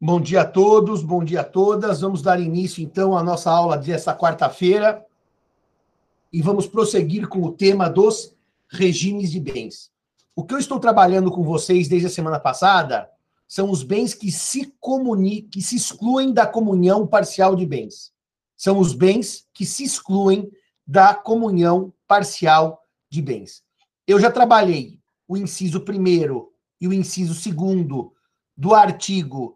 Bom dia a todos, bom dia a todas. Vamos dar início, então, à nossa aula desta quarta-feira e vamos prosseguir com o tema dos regimes de bens. O que eu estou trabalhando com vocês desde a semana passada são os bens que se excluem da comunhão parcial de bens. São os bens que se excluem da comunhão parcial de bens. Eu já trabalhei o inciso 1º e o inciso 2º do artigo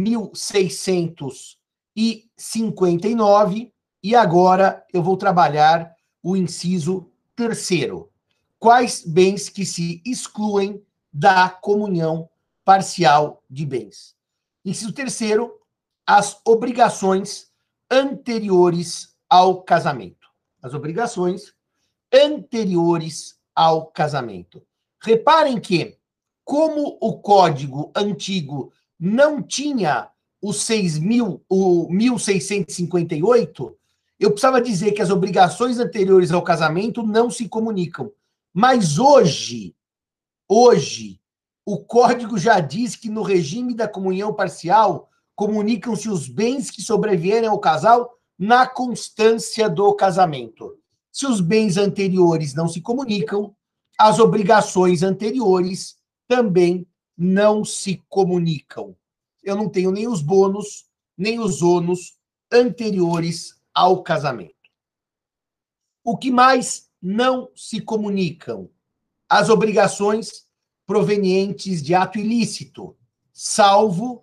1659, e agora eu vou trabalhar o inciso 3º. Quais bens que se excluem da comunhão parcial de bens? Inciso 3º, as obrigações anteriores ao casamento. As obrigações anteriores ao casamento. Reparem que, como o Código Antigo não tinha o 1658, eu precisava dizer que as obrigações anteriores ao casamento não se comunicam. Mas hoje, o Código já diz que no regime da comunhão parcial, comunicam-se os bens que sobrevierem ao casal na constância do casamento. Se os bens anteriores não se comunicam, as obrigações anteriores também não se comunicam. Eu não tenho nem os bônus, nem os ônus anteriores ao casamento. O que mais não se comunicam? As obrigações provenientes de ato ilícito, salvo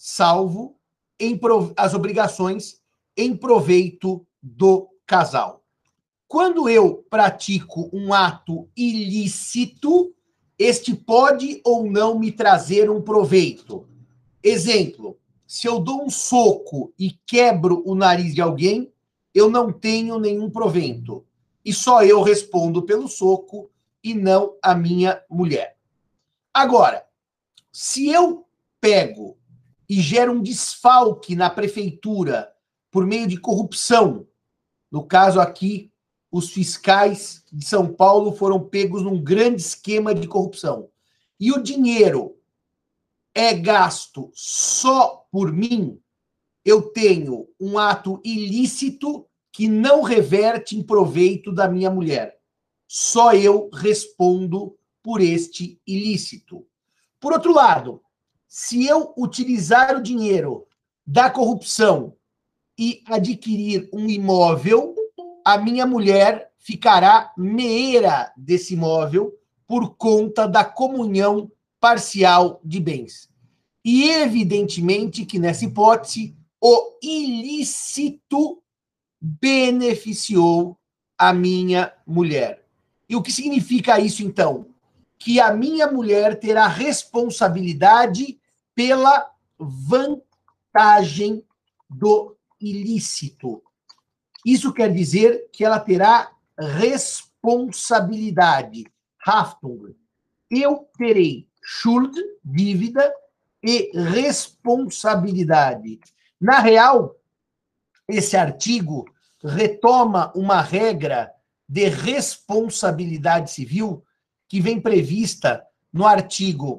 as obrigações em proveito do casal. Quando eu pratico um ato ilícito, este pode ou não me trazer um proveito. Exemplo, se eu dou um soco e quebro o nariz de alguém, eu não tenho nenhum proveito. E só eu respondo pelo soco e não a minha mulher. Agora, se eu pego e gero um desfalque na prefeitura por meio de corrupção, no caso aqui, os fiscais de São Paulo foram pegos num grande esquema de corrupção, e o dinheiro é gasto só por mim, eu tenho um ato ilícito que não reverte em proveito da minha mulher. Só eu respondo por este ilícito. Por outro lado, se eu utilizar o dinheiro da corrupção e adquirir um imóvel, a minha mulher ficará meera desse imóvel por conta da comunhão parcial de bens. E evidentemente que nessa hipótese o ilícito beneficiou a minha mulher. E o que significa isso então? Que a minha mulher terá responsabilidade pela vantagem do ilícito. Isso quer dizer que ela terá responsabilidade, Haftung. Eu terei Schuld, dívida, e responsabilidade. Na real, esse artigo retoma uma regra de responsabilidade civil que vem prevista no artigo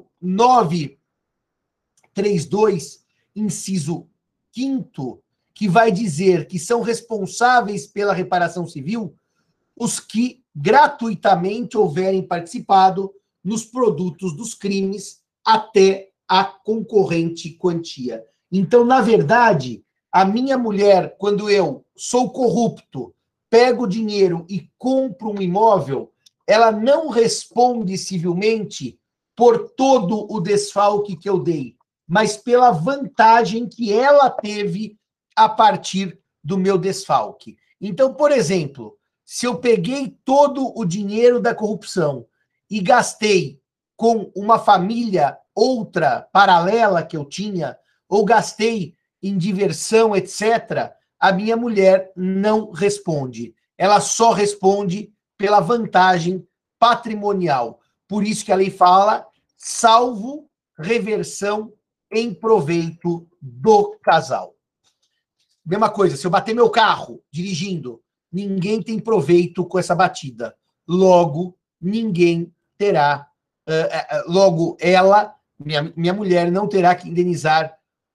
932, inciso 5º, que vai dizer que são responsáveis pela reparação civil os que gratuitamente houverem participado nos produtos dos crimes até a concorrente quantia. Então, na verdade, a minha mulher, quando eu sou corrupto, pego o dinheiro e compro um imóvel, ela não responde civilmente por todo o desfalque que eu dei, mas pela vantagem que ela teve a partir do meu desfalque. Então, por exemplo, se eu peguei todo o dinheiro da corrupção e gastei com uma família outra paralela que eu tinha, ou gastei em diversão, etc., a minha mulher não responde. Ela só responde pela vantagem patrimonial. Por isso que a lei fala, salvo reversão em proveito do casal. Mesma coisa, se eu bater meu carro dirigindo, ninguém tem proveito com essa batida. Logo, ninguém terá... logo, ela, minha mulher, não terá que indenizar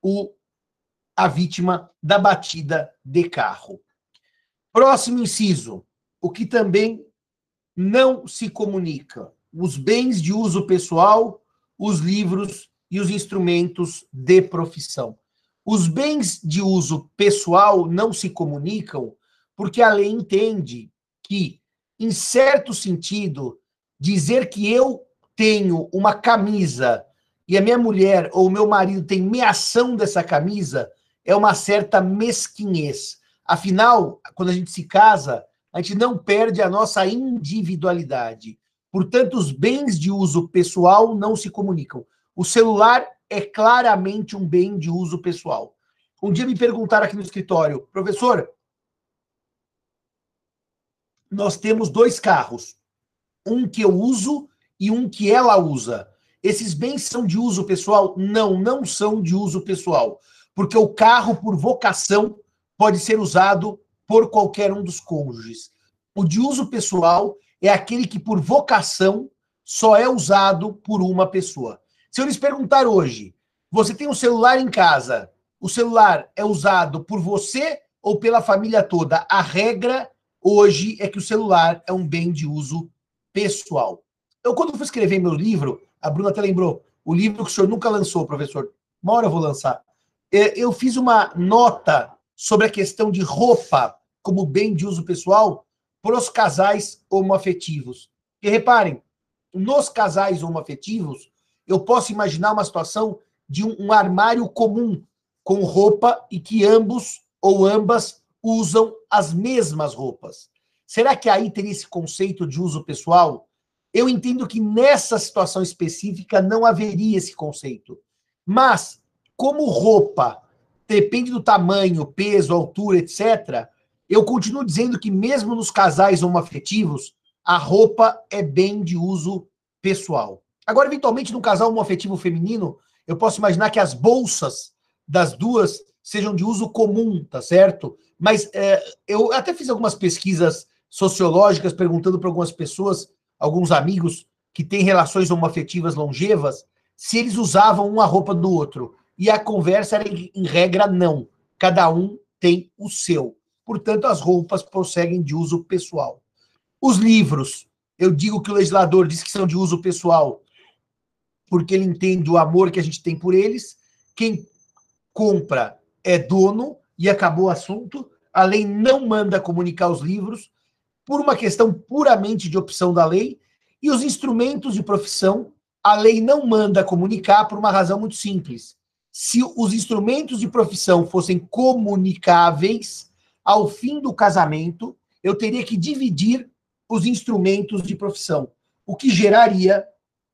a vítima da batida de carro. Próximo inciso, o que também não se comunica: os bens de uso pessoal, os livros e os instrumentos de profissão. Os bens de uso pessoal não se comunicam porque a lei entende que, em certo sentido, dizer que eu tenho uma camisa e a minha mulher ou o meu marido tem meação dessa camisa é uma certa mesquinhez. Afinal, quando a gente se casa, a gente não perde a nossa individualidade. Portanto, os bens de uso pessoal não se comunicam. O celular é claramente um bem de uso pessoal. Um dia me perguntaram aqui no escritório: professor, nós temos 2 carros, um que eu uso e um que ela usa. Esses bens são de uso pessoal? Não, não são de uso pessoal, porque o carro, por vocação, pode ser usado por qualquer um dos cônjuges. O de uso pessoal é aquele que, por vocação, só é usado por uma pessoa. Se eu lhes perguntar hoje, você tem um celular em casa, o celular é usado por você ou pela família toda? A regra hoje é que o celular é um bem de uso pessoal. Eu, quando fui escrever meu livro, a Bruna até lembrou, o livro que o senhor nunca lançou, professor, uma hora eu vou lançar. Eu fiz uma nota sobre a questão de roupa como bem de uso pessoal para os casais homoafetivos. E reparem, nos casais homoafetivos, eu posso imaginar uma situação de um armário comum com roupa e que ambos ou ambas usam as mesmas roupas. Será que aí teria esse conceito de uso pessoal? Eu entendo que nessa situação específica não haveria esse conceito. Mas, como roupa depende do tamanho, peso, altura, etc., eu continuo dizendo que mesmo nos casais homoafetivos, a roupa é bem de uso pessoal. Agora, eventualmente, num casal homoafetivo feminino, eu posso imaginar que as bolsas das duas sejam de uso comum, tá certo? Mas eu até fiz algumas pesquisas sociológicas perguntando para algumas pessoas, alguns amigos que têm relações homoafetivas longevas, se eles usavam uma roupa do outro. E a conversa era, em regra, não. Cada um tem o seu. Portanto, as roupas prosseguem de uso pessoal. Os livros, eu digo que o legislador diz que são de uso pessoal porque ele entende o amor que a gente tem por eles. Quem compra é dono e acabou o assunto. A lei não manda comunicar os livros por uma questão puramente de opção da lei. E os instrumentos de profissão, a lei não manda comunicar por uma razão muito simples. Se os instrumentos de profissão fossem comunicáveis, ao fim do casamento, eu teria que dividir os instrumentos de profissão, o que geraria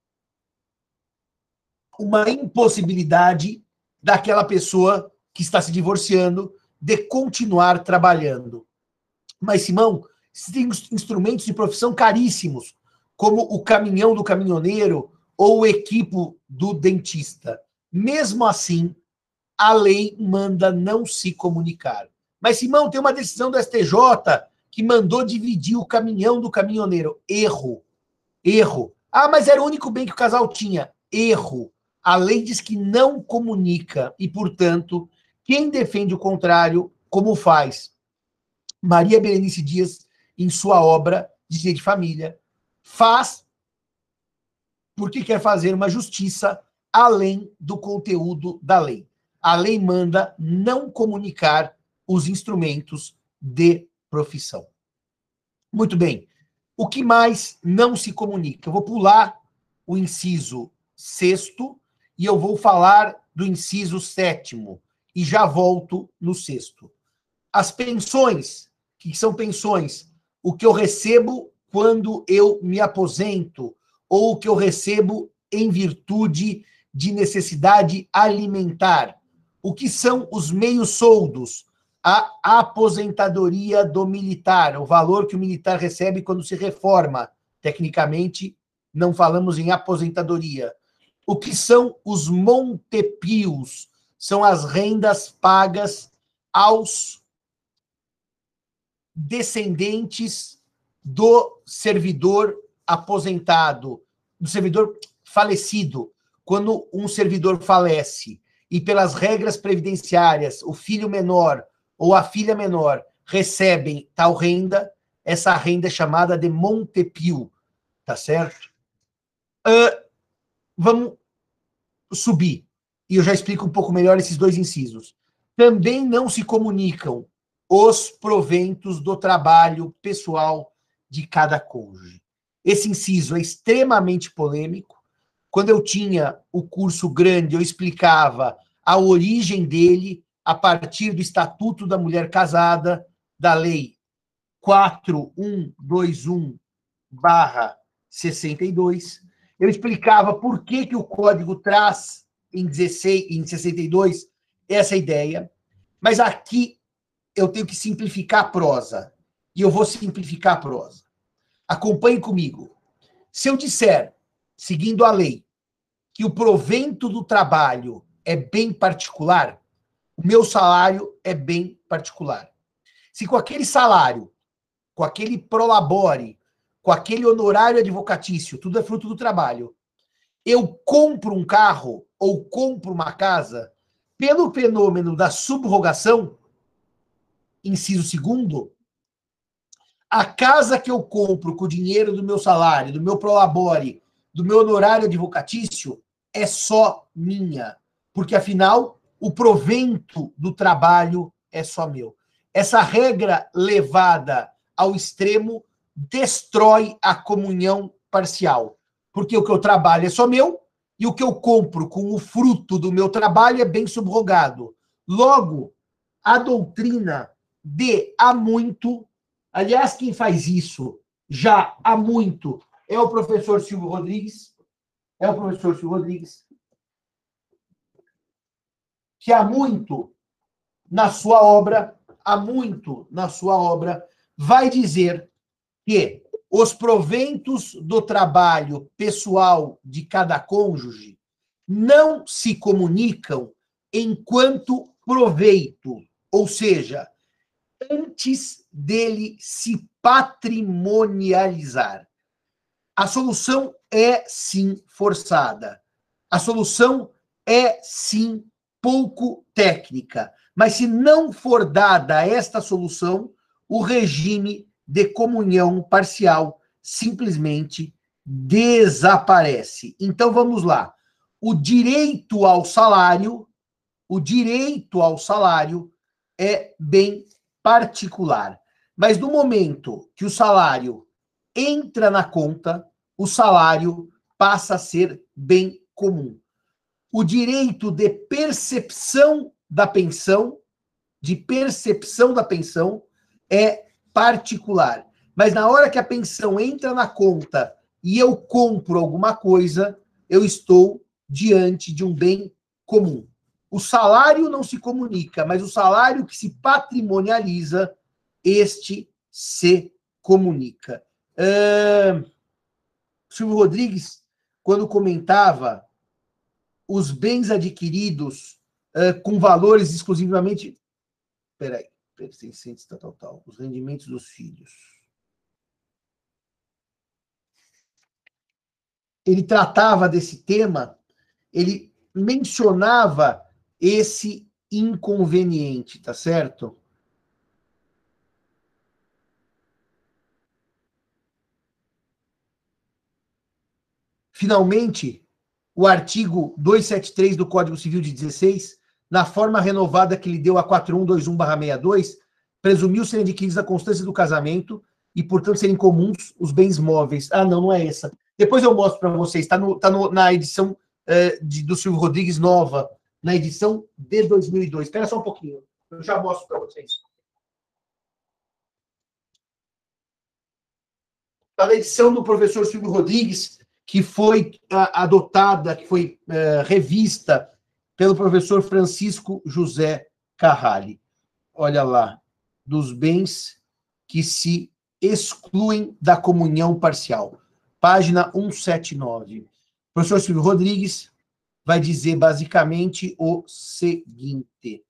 uma impossibilidade daquela pessoa que está se divorciando de continuar trabalhando. Mas, Simão, tem instrumentos de profissão caríssimos, como o caminhão do caminhoneiro ou o equipo do dentista. Mesmo assim, a lei manda não se comunicar. Mas, Simão, tem uma decisão do STJ que mandou dividir o caminhão do caminhoneiro. Erro. Erro. Ah, mas era o único bem que o casal tinha. Erro. A lei diz que não comunica e, portanto, quem defende o contrário, como faz Maria Berenice Dias em sua obra de Direito de Família, faz porque quer fazer uma justiça além do conteúdo da lei. A lei manda não comunicar os instrumentos de profissão. Muito bem. O que mais não se comunica? Eu vou pular o inciso 6º e eu vou falar do inciso 7º e já volto no 6º. As pensões, que são pensões, o que eu recebo quando eu me aposento ou o que eu recebo em virtude de necessidade alimentar. O que são os meios-soldos? A aposentadoria do militar, o valor que o militar recebe quando se reforma. Tecnicamente, não falamos em aposentadoria. O que são os montepios? São as rendas pagas aos descendentes do servidor aposentado, do servidor falecido. Quando um servidor falece, e pelas regras previdenciárias, o filho menor ou a filha menor recebem tal renda, essa renda é chamada de Montepio, tá certo? Vamos subir, e eu já explico um pouco melhor esses dois incisos. Também não se comunicam os proventos do trabalho pessoal de cada cônjuge. Esse inciso é extremamente polêmico. Quando eu tinha o curso grande, eu explicava a origem dele a partir do Estatuto da Mulher Casada, da Lei 4121/62. Eu explicava por que o Código traz em 62 essa ideia, mas aqui eu tenho que simplificar a prosa, e eu vou simplificar a prosa. Acompanhe comigo. Se eu disser, seguindo a lei, que o provento do trabalho é bem particular, o meu salário é bem particular. Se com aquele salário, com aquele prolabore, com aquele honorário advocatício, tudo é fruto do trabalho, eu compro um carro ou compro uma casa, pelo fenômeno da subrogação, inciso segundo, a casa que eu compro com o dinheiro do meu salário, do meu prolabore, do meu honorário advocatício, é só minha. Porque, afinal, o provento do trabalho é só meu. Essa regra levada ao extremo destrói a comunhão parcial. Porque o que eu trabalho é só meu e o que eu compro com o fruto do meu trabalho é bem subrogado. Logo, a doutrina de há muito, aliás, quem faz isso já há muito é o professor Silvio Rodrigues, que há muito na sua obra, vai dizer que os proventos do trabalho pessoal de cada cônjuge não se comunicam enquanto proveito, ou seja, antes dele se patrimonializar. A solução é sim forçada. A solução é sim pouco técnica. Mas se não for dada esta solução, o regime de comunhão parcial simplesmente desaparece. Então vamos lá. O direito ao salário é bem particular. Mas no momento que o salário entra na conta, o salário passa a ser bem comum. O direito de percepção da pensão, é particular. Mas na hora que a pensão entra na conta e eu compro alguma coisa, eu estou diante de um bem comum. O salário não se comunica, mas o salário que se patrimonializa, este se comunica. Silvio Rodrigues, quando comentava os bens adquiridos com valores exclusivamente... Peraí, pertencentes, tal. Os rendimentos dos filhos. Ele tratava desse tema, ele mencionava esse inconveniente, tá certo? Finalmente, o artigo 273 do Código Civil de 16, na forma renovada que lhe deu a 4121/62, presumiu serem adquiridos a constância do casamento e, portanto, serem comuns os bens móveis. Ah, não é essa. Depois eu mostro para vocês. Está na edição do Silvio Rodrigues nova, na edição de 2002. Espera só um pouquinho. Eu já mostro para vocês. Está na edição do professor Silvio Rodrigues, que foi adotada, que foi revista pelo professor Francisco José Carrali. Olha lá, dos bens que se excluem da comunhão parcial. Página 179. O professor Silvio Rodrigues vai dizer basicamente o seguinte.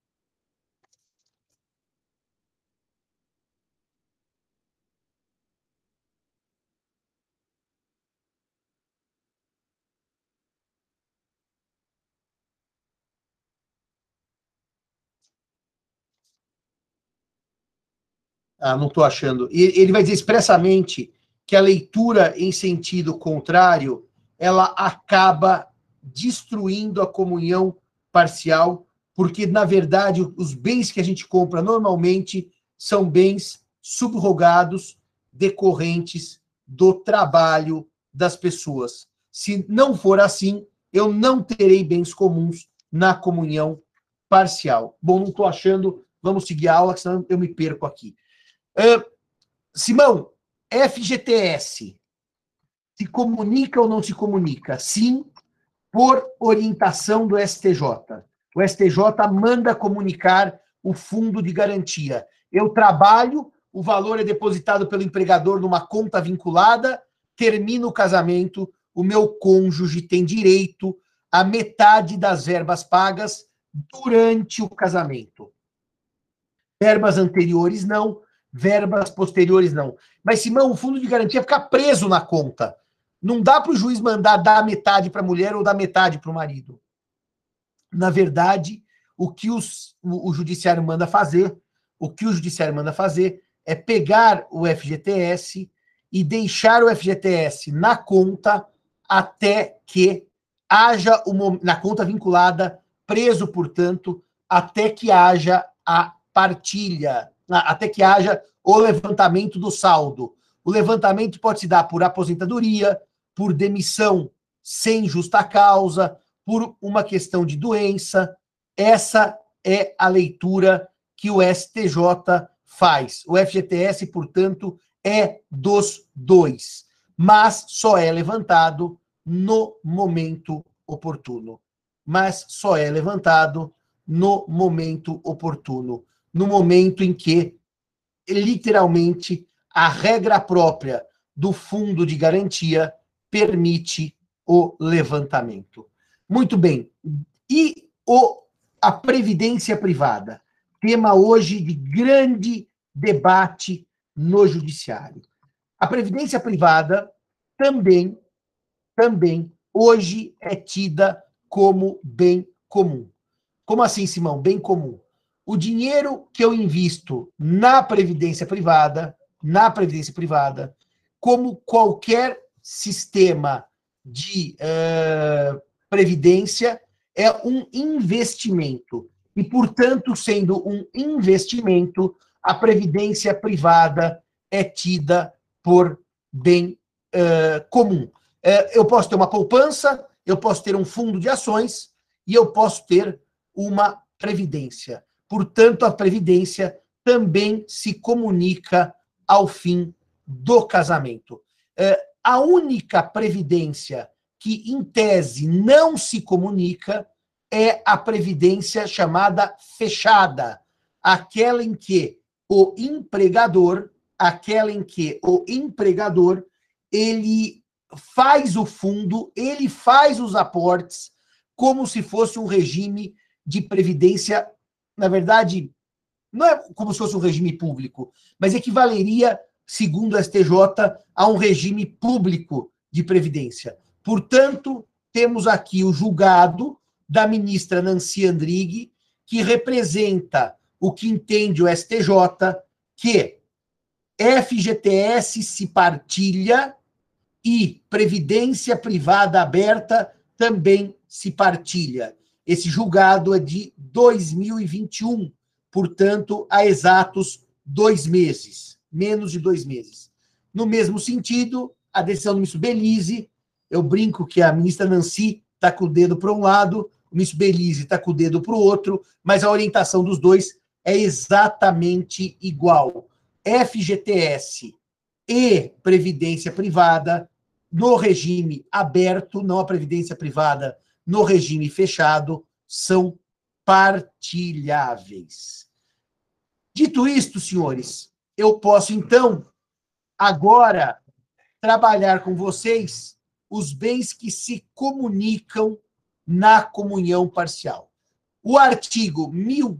Ah, não estou achando. Ele vai dizer expressamente que a leitura em sentido contrário, ela acaba destruindo a comunhão parcial, porque, na verdade, os bens que a gente compra normalmente são bens subrogados decorrentes do trabalho das pessoas. Se não for assim, eu não terei bens comuns na comunhão parcial. Bom, não estou achando, vamos seguir a aula, senão eu me perco aqui. Simão, FGTS se comunica ou não se comunica? Sim, por orientação do STJ. O STJ manda comunicar o fundo de garantia. Eu trabalho, o valor é depositado pelo empregador numa conta vinculada, termina o casamento, o meu cônjuge tem direito à metade das verbas pagas durante o casamento. Verbas anteriores não, verbas posteriores não. Mas, Simão, o fundo de garantia fica preso na conta. Não dá para o juiz mandar dar metade para a mulher ou dar metade para o marido. Na verdade, o que o judiciário manda fazer, é pegar o FGTS e deixar o FGTS na conta até que haja na conta vinculada, preso, portanto, até que haja a partilha, até que haja o levantamento do saldo. O levantamento pode se dar por aposentadoria, por demissão sem justa causa, por uma questão de doença. Essa é a leitura que o STJ faz. O FGTS, portanto, é dos dois, mas só é levantado no momento oportuno. No momento em que, literalmente, a regra própria do fundo de garantia permite o levantamento. Muito bem. E a previdência privada? Tema hoje de grande debate no judiciário. A previdência privada também hoje é tida como bem comum. Como assim, Simão? Bem comum. O dinheiro que eu invisto na previdência privada, como qualquer sistema de previdência, é um investimento. E, portanto, sendo um investimento, a previdência privada é tida por bem comum. Eu posso ter uma poupança, eu posso ter um fundo de ações e eu posso ter uma previdência. Portanto, a previdência também se comunica ao fim do casamento. A única previdência que, em tese, não se comunica é a previdência chamada fechada, aquela em que o empregador, ele faz o fundo, ele faz os aportes, como se fosse um regime de previdência. Na verdade, não é como se fosse um regime público, mas equivaleria, segundo o STJ, a um regime público de previdência. Portanto, temos aqui o julgado da ministra Nancy Andrighi, que representa o que entende o STJ, que FGTS se partilha e previdência privada aberta também se partilha. Esse julgado é de 2021, portanto, há exatos 2 meses, menos de 2 meses. No mesmo sentido, a decisão do ministro Belize, eu brinco que a ministra Nancy está com o dedo para um lado, o ministro Belize está com o dedo para o outro, mas a orientação dos dois é exatamente igual. FGTS e previdência privada no regime aberto, não a previdência privada no regime fechado, são partilháveis. Dito isto, senhores, eu posso, então, agora trabalhar com vocês os bens que se comunicam na comunhão parcial. O artigo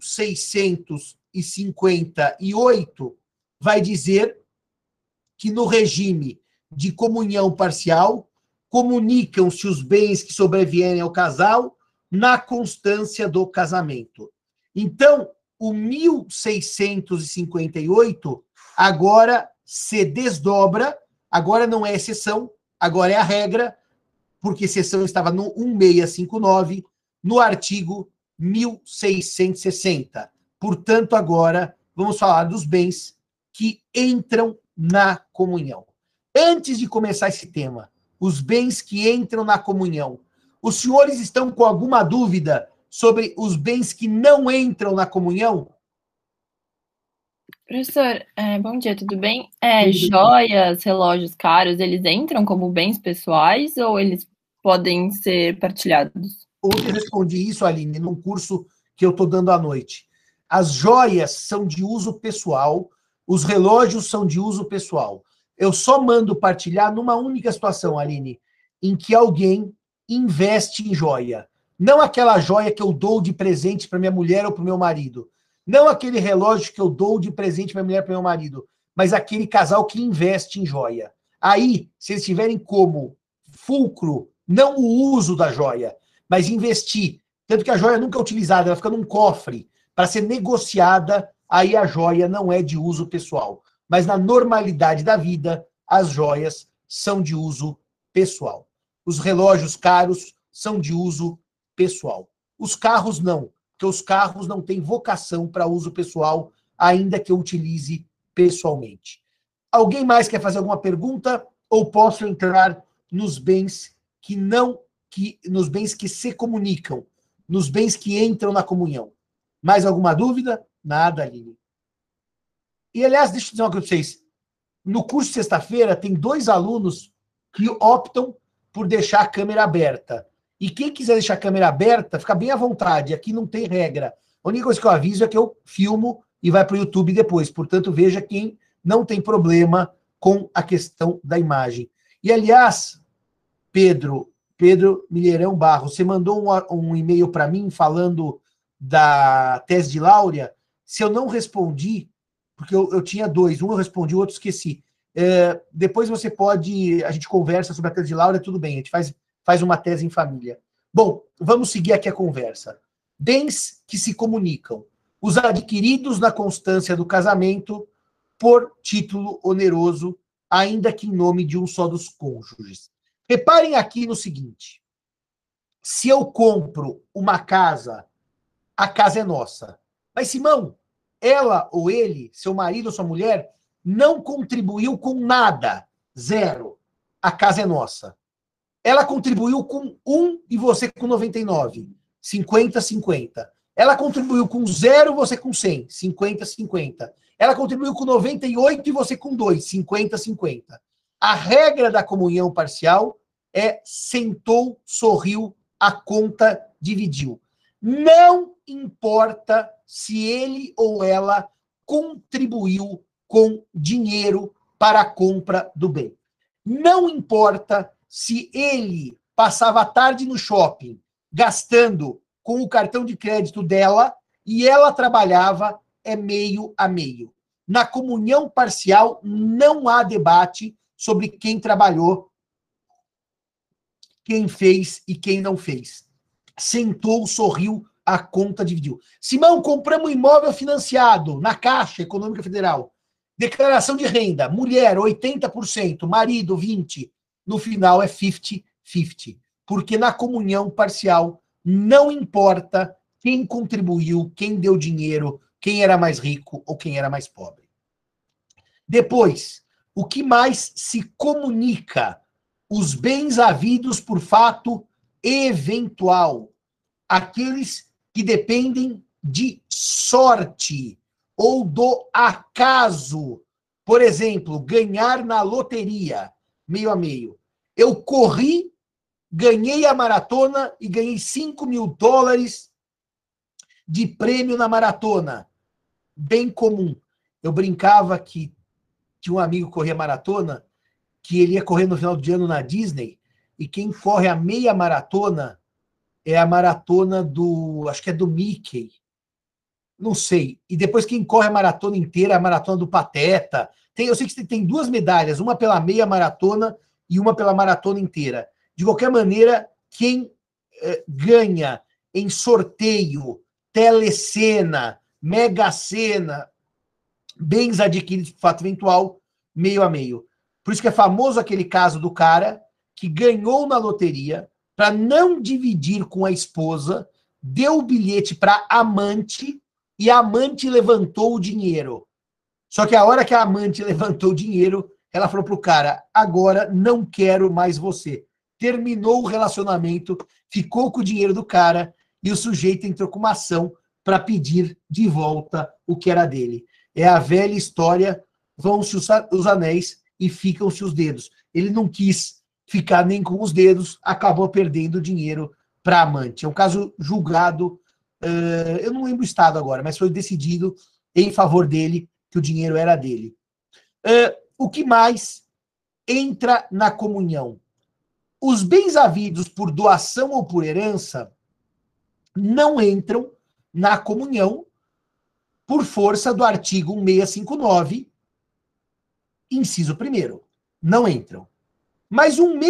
1658 vai dizer que no regime de comunhão parcial comunicam-se os bens que sobrevierem ao casal na constância do casamento. Então, o 1658 agora se desdobra, agora não é exceção, agora é a regra, porque exceção estava no 1659, no artigo 1660. Portanto, agora vamos falar dos bens que entram na comunhão. Antes de começar esse tema, os bens que entram na comunhão, os senhores estão com alguma dúvida sobre os bens que não entram na comunhão? Professor, bom dia, tudo bem? Joias, relógios caros, eles entram como bens pessoais ou eles podem ser partilhados? Ontem eu respondi isso, Aline, num curso que eu estou dando à noite. As joias são de uso pessoal, os relógios são de uso pessoal. Eu só mando partilhar numa única situação, Aline, em que alguém investe em joia. Não aquela joia que eu dou de presente para minha mulher ou para o meu marido. Não aquele relógio que eu dou de presente para minha mulher ou para meu marido. Mas aquele casal que investe em joia. Aí, se eles tiverem como fulcro, não o uso da joia, mas investir. Tanto que a joia nunca é utilizada, ela fica num cofre para ser negociada, aí a joia não é de uso pessoal. Mas na normalidade da vida, as joias são de uso pessoal. Os relógios caros são de uso pessoal. Os carros não, porque os carros não têm vocação para uso pessoal, ainda que eu utilize pessoalmente. Alguém mais quer fazer alguma pergunta? Ou posso entrar nos bens que não, nos bens que se comunicam, nos bens que entram na comunhão? Mais alguma dúvida? Nada, Aline. E, aliás, deixa eu dizer uma coisa para vocês. No curso de sexta-feira, tem 2 alunos que optam por deixar a câmera aberta. E quem quiser deixar a câmera aberta, fica bem à vontade. Aqui não tem regra. A única coisa que eu aviso é que eu filmo e vai para o YouTube depois. Portanto, veja quem não tem problema com a questão da imagem. E, aliás, Pedro Milheirão Barros, você mandou um e-mail para mim falando da tese de Láurea. Se eu não respondi, porque eu tinha 2, um eu respondi, o outro esqueci. Depois você pode, a gente conversa sobre a tese de Láurea, tudo bem, a gente faz uma tese em família. Bom, vamos seguir aqui a conversa. Bens que se comunicam. Os adquiridos na constância do casamento por título oneroso, ainda que em nome de um só dos cônjuges. Reparem aqui no seguinte. Se eu compro uma casa, a casa é nossa. Mas, Simão, ela ou ele, seu marido ou sua mulher, não contribuiu com nada. 0. A casa é nossa. Ela contribuiu com 1 e você com 99. 50-50. Ela contribuiu com 0, você com 100. 50-50. Ela contribuiu com 98 e você com 2. 50-50. A regra da comunhão parcial é sentou, sorriu, a conta dividiu. Não importa se ele ou ela contribuiu com dinheiro para a compra do bem. Não importa se ele passava a tarde no shopping gastando com o cartão de crédito dela e ela trabalhava meio a meio. Na comunhão parcial não há debate sobre quem trabalhou, quem fez e quem não fez. Sentou, sorriu, a conta dividiu. Simão, compramos um imóvel financiado na Caixa Econômica Federal. Declaração de renda, mulher 80%, marido 20%. No final é 50-50. Porque na comunhão parcial não importa quem contribuiu, quem deu dinheiro, quem era mais rico ou quem era mais pobre. Depois, o que mais se comunica? Os bens havidos por fato eventual. Aqueles que dependem de sorte ou do acaso. Por exemplo, ganhar na loteria, meio a meio. Eu corri, ganhei a maratona e ganhei $5.000 de prêmio na maratona. Bem comum. Eu brincava que tinha um amigo que corria maratona, que ele ia correr no final de ano na Disney, e quem corre a meia maratona é a maratona acho que é do Mickey. Não sei. E depois quem corre a maratona inteira é a maratona do Pateta. Eu sei que tem 2 medalhas, uma pela meia maratona e uma pela maratona inteira. De qualquer maneira, quem ganha em sorteio, telecena, mega sena, bens adquiridos por fato eventual, meio a meio. Por isso que é famoso aquele caso do cara que ganhou na loteria, para não dividir com a esposa, deu o bilhete para amante e a amante levantou o dinheiro. Só que a hora que a amante levantou o dinheiro, ela falou pro cara, agora não quero mais você. Terminou o relacionamento, ficou com o dinheiro do cara e o sujeito entrou com uma ação para pedir de volta o que era dele. É a velha história, vão-se os anéis e ficam-se os dedos. Ele não quis ficar nem com os dedos, acabou perdendo o dinheiro para amante. É um caso julgado, eu não lembro o estado agora, mas foi decidido em favor dele, que o dinheiro era dele. O que mais entra na comunhão? Os bens havidos por doação ou por herança não entram na comunhão por força do artigo 1659, inciso 1º. Não entram. Mas o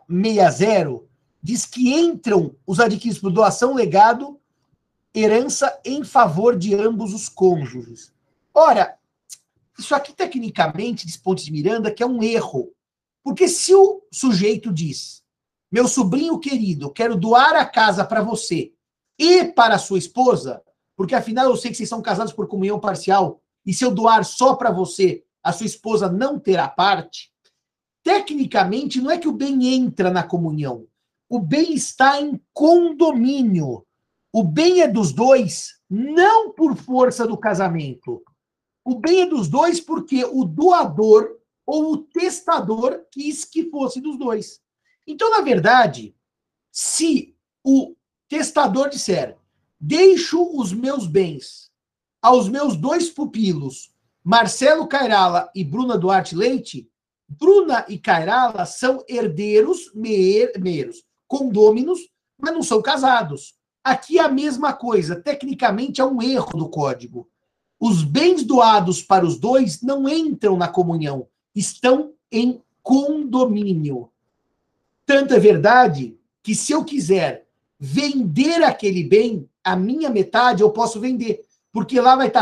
660 diz que entram os adquiridos por doação, legado, herança em favor de ambos os cônjuges. Ora, isso aqui, tecnicamente, diz Pontes de Miranda, que é um erro. Porque se o sujeito diz, meu sobrinho querido, quero doar a casa para você e para a sua esposa, porque afinal eu sei que vocês são casados por comunhão parcial, e se eu doar só para você, a sua esposa não terá parte, tecnicamente não é que o bem entra na comunhão. O bem está em condomínio. O bem é dos dois, não por força do casamento. O bem é dos dois porque o doador ou o testador quis que fosse dos dois. Então, na verdade, se o testador disser, deixo os meus bens aos meus dois pupilos, Marcelo Cairala e Bruna Duarte Leite, Bruna e Cairala são herdeiros meiros, condôminos, mas não são casados. Aqui é a mesma coisa. Tecnicamente é um erro do código. Os bens doados para os dois não entram na comunhão, estão em condomínio. Tanto é verdade que se eu quiser vender aquele bem, a minha metade eu posso vender, porque lá vai estar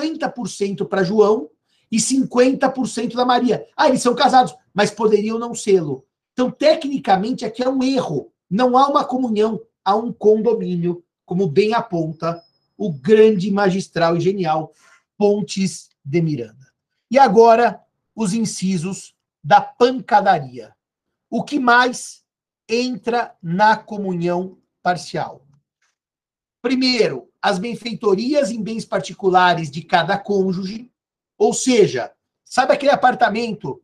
50% para João e 50% da Maria. Ah, eles são casados, mas poderiam não sê-lo. Então, tecnicamente, aqui é um erro. Não há uma comunhão, há um condomínio, como bem aponta o grande magistral e genial Pontes de Miranda. E agora, os incisos da pancadaria. O que mais entra na comunhão parcial? Primeiro, as benfeitorias em bens particulares de cada cônjuge, ou seja, sabe aquele apartamento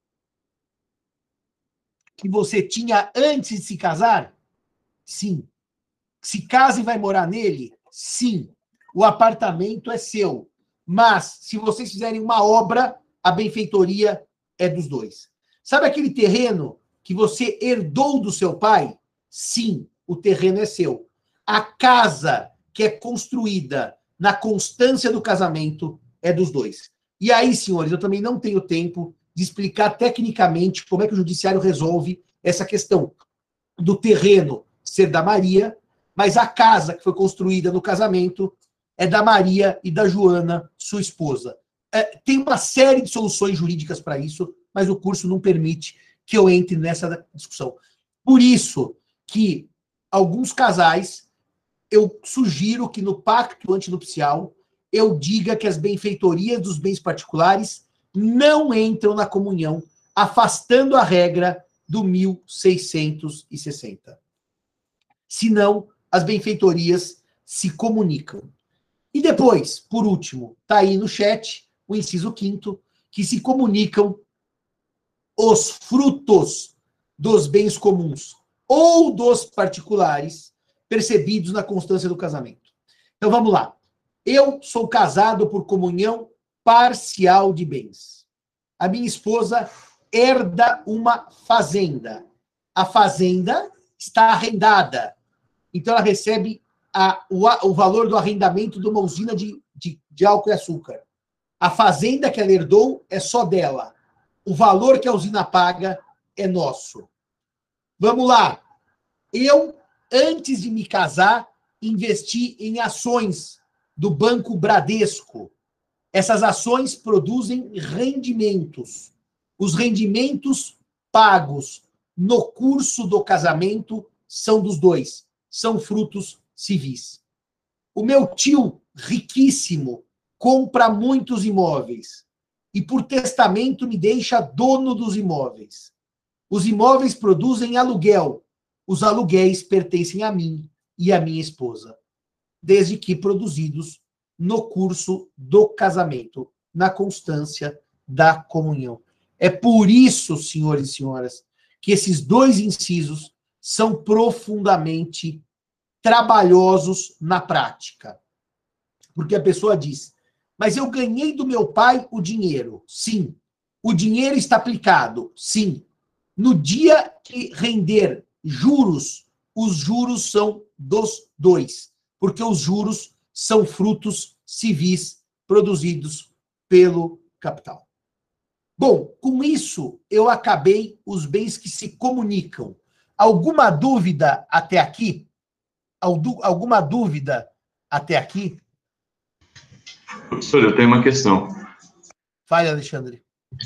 que você tinha antes de se casar? Sim. Se casa e vai morar nele? Sim. O apartamento é seu. Mas, se vocês fizerem uma obra, a benfeitoria é dos dois. Sabe aquele terreno que você herdou do seu pai? Sim, o terreno é seu. A casa que é construída na constância do casamento é dos dois. E aí, senhores, eu também não tenho tempo de explicar tecnicamente como é que o judiciário resolve essa questão do terreno ser da Maria, mas a casa que foi construída no casamento é da Maria e da Joana, sua esposa. Tem uma série de soluções jurídicas para isso, mas o curso não permite que eu entre nessa discussão. Por isso que alguns casais, eu sugiro que no pacto antinupcial eu diga que as benfeitorias dos bens particulares não entram na comunhão, afastando a regra do 1660. Senão, as benfeitorias se comunicam. E depois, por último, está aí no chat, o inciso 5º, que se comunicam os frutos dos bens comuns ou dos particulares percebidos na constância do casamento. Então, vamos lá. Eu sou casado por comunhão parcial de bens. A minha esposa herda uma fazenda. A fazenda está arrendada. Então, ela recebe o valor do arrendamento de uma usina de álcool e açúcar. A fazenda que ela herdou é só dela. O valor que a usina paga é nosso. Vamos lá. Eu, antes de me casar, investi em ações do Banco Bradesco. Essas ações produzem rendimentos. Os rendimentos pagos no curso do casamento são dos dois, são frutos civis. O meu tio, riquíssimo, compra muitos imóveis e, por testamento, me deixa dono dos imóveis. Os imóveis produzem aluguel. Os aluguéis pertencem a mim e à minha esposa, desde que produzidos no curso do casamento, na constância da comunhão. É por isso, senhores e senhoras, que esses dois incisos são profundamente trabalhosos na prática. Porque a pessoa diz, mas eu ganhei do meu pai o dinheiro. Sim. O dinheiro está aplicado. Sim. No dia que render juros, os juros são dos dois. Porque os juros são frutos civis produzidos pelo capital. Bom, com isso, eu acabei os bens que se comunicam. Alguma dúvida até aqui? Alguma dúvida até aqui? Professor, eu tenho uma questão. Fale, Alexandre.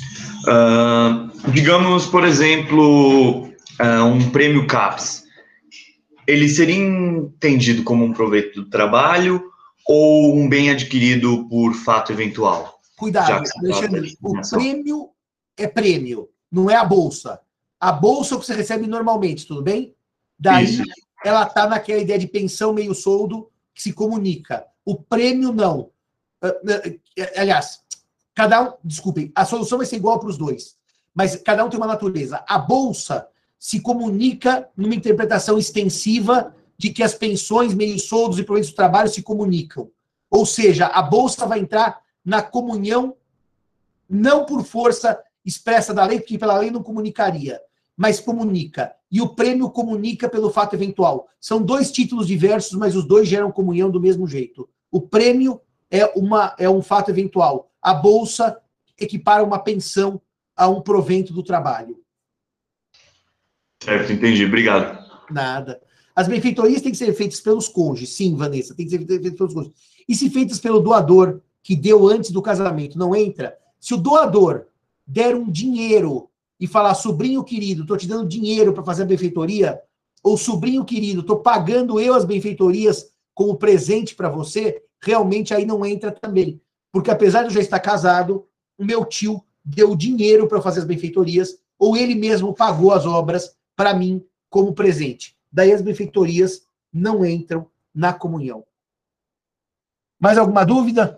Digamos, por exemplo, um prêmio CAPES. Ele seria entendido como um proveito do trabalho ou um bem adquirido por fato eventual? Cuidado, Alexandre, o prêmio é prêmio, não é a bolsa. A bolsa é o que você recebe normalmente, tudo bem? Daí, isso. Ela está naquela ideia de pensão meio soldo que se comunica. O prêmio, não. Aliás, desculpem, a solução vai ser igual para os dois, mas cada um tem uma natureza. A bolsa se comunica numa interpretação extensiva de que as pensões, meios soldos e proventos do trabalho se comunicam. Ou seja, a bolsa vai entrar na comunhão, não por força expressa da lei, porque pela lei não comunicaria, mas comunica. E o prêmio comunica pelo fato eventual. São dois títulos diversos, mas os dois geram comunhão do mesmo jeito. O prêmio é um fato eventual. A bolsa equipara uma pensão a um provento do trabalho. Certo, entendi. Obrigado. Nada. As benfeitorias têm que ser feitas pelos cônjuges. Sim, Vanessa, tem que ser feitas pelos cônjuges. E se feitas pelo doador, que deu antes do casamento, não entra? Se o doador der um dinheiro e falar, sobrinho querido, estou te dando dinheiro para fazer a benfeitoria, ou sobrinho querido, estou pagando eu as benfeitorias como presente para você, realmente aí não entra também. Porque apesar de eu já estar casado, o meu tio deu dinheiro para fazer as benfeitorias, ou ele mesmo pagou as obras para mim como presente. Daí as benfeitorias não entram na comunhão. Mais alguma dúvida?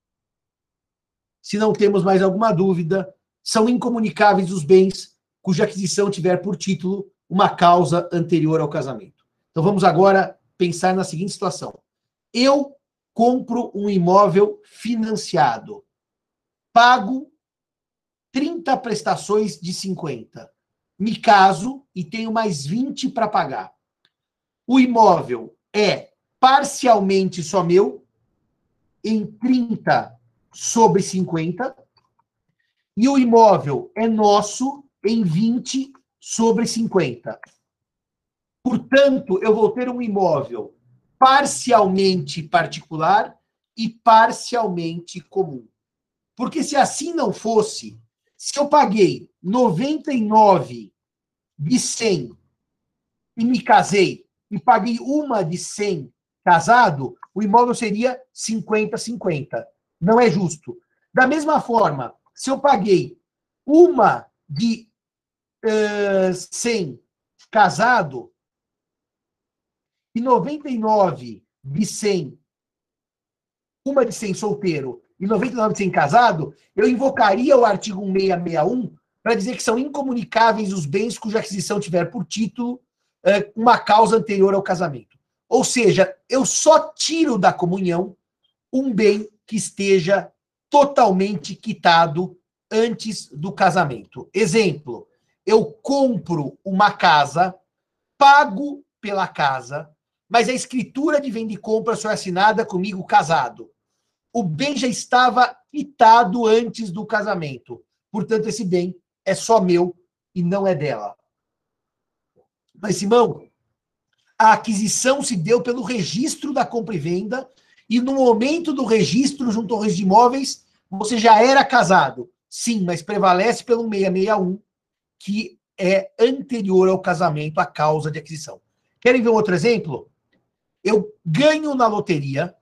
Se não temos mais alguma dúvida, são incomunicáveis os bens cuja aquisição tiver por título uma causa anterior ao casamento. Então vamos agora pensar na seguinte situação. Eu compro um imóvel financiado, pago 30 prestações de 50. Me caso e tenho mais 20 para pagar. O imóvel é parcialmente só meu, em 30 sobre 50, e o imóvel é nosso em 20 sobre 50. Portanto, eu vou ter um imóvel parcialmente particular e parcialmente comum. Porque se assim não fosse, se eu paguei 99 de 100 e me casei e paguei uma de 100 casado, o imóvel seria 50-50. Não é justo. Da mesma forma, se eu paguei uma de 100 casado e 99 de 100, uma de 100 solteiro e 99 de 100 casado, eu invocaria o artigo 1661 para dizer que são incomunicáveis os bens cuja aquisição tiver por título uma causa anterior ao casamento. Ou seja, eu só tiro da comunhão um bem que esteja totalmente quitado antes do casamento. Exemplo, eu compro uma casa, pago pela casa, mas a escritura de venda e compra só é assinada comigo casado. O bem já estava quitado antes do casamento. Portanto, esse bem é só meu e não é dela. Mas, Simão, a aquisição se deu pelo registro da compra e venda, e no momento do registro junto ao registro de imóveis, você já era casado. Sim, mas prevalece pelo 661, que é anterior ao casamento, a causa de aquisição. Querem ver um outro exemplo? Eu ganho na loteria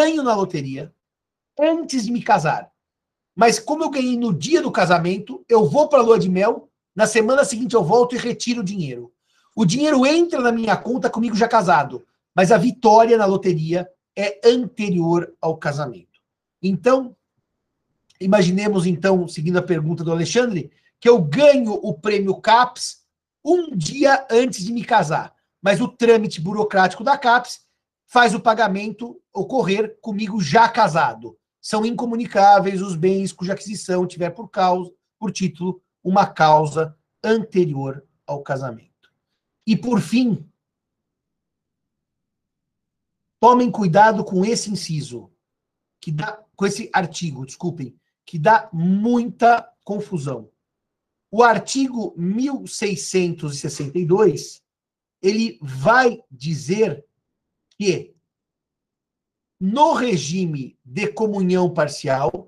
antes de me casar. Mas como eu ganhei no dia do casamento, eu vou para a lua de mel, na semana seguinte eu volto e retiro o dinheiro. O dinheiro entra na minha conta comigo já casado, mas a vitória na loteria é anterior ao casamento. Então, imaginemos então, seguindo a pergunta do Alexandre, que eu ganho o prêmio CAPES um dia antes de me casar, mas o trâmite burocrático da CAPES faz o pagamento ocorrer comigo já casado. São incomunicáveis os bens cuja aquisição tiver por título uma causa anterior ao casamento. E por fim, tomem cuidado com esse inciso, com esse artigo, desculpem, que dá muita confusão. O artigo 1662, ele vai dizer que no regime de comunhão parcial,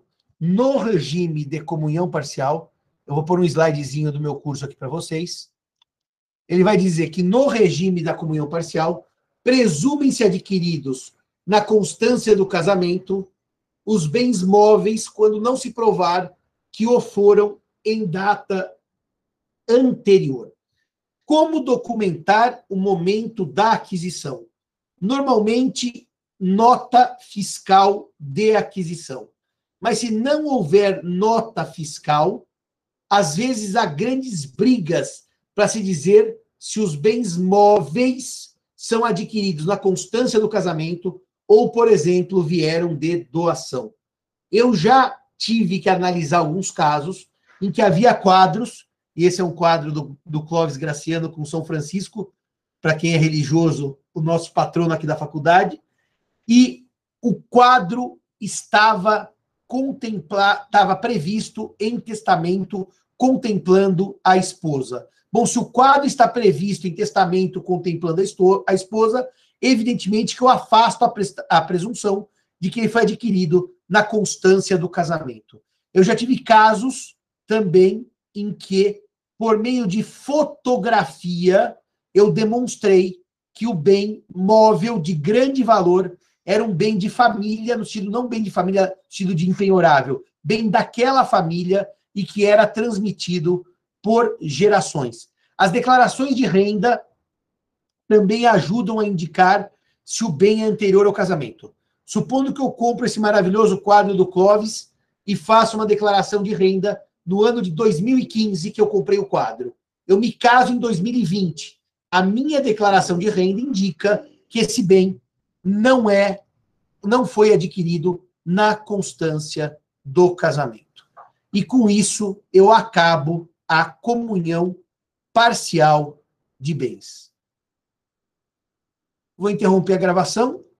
eu vou pôr um slidezinho do meu curso aqui para vocês, ele vai dizer que no regime da comunhão parcial, presumem-se adquiridos na constância do casamento os bens móveis quando não se provar que o foram em data anterior. Como documentar o momento da aquisição? Normalmente, nota fiscal de aquisição. Mas se não houver nota fiscal, às vezes há grandes brigas para se dizer se os bens móveis são adquiridos na constância do casamento ou, por exemplo, vieram de doação. Eu já tive que analisar alguns casos em que havia quadros, e esse é um quadro do Clóvis Graciano com São Francisco, para quem é religioso, o nosso patrono aqui da faculdade, e o quadro estava previsto em testamento contemplando a esposa. Bom, se o quadro está previsto em testamento contemplando a esposa, evidentemente que eu afasto a presunção de que ele foi adquirido na constância do casamento. Eu já tive casos também em que, por meio de fotografia, eu demonstrei que o bem móvel de grande valor era um bem de família, no sentido, não bem de família, no sentido de impenhorável, bem daquela família e que era transmitido por gerações. As declarações de renda também ajudam a indicar se o bem é anterior ao casamento. Supondo que eu compro esse maravilhoso quadro do Clóvis e faço uma declaração de renda no ano de 2015 que eu comprei o quadro. Eu me caso em 2020. A minha declaração de renda indica que esse bem não foi adquirido na constância do casamento. E com isso eu acabo a comunhão parcial de bens. Vou interromper a gravação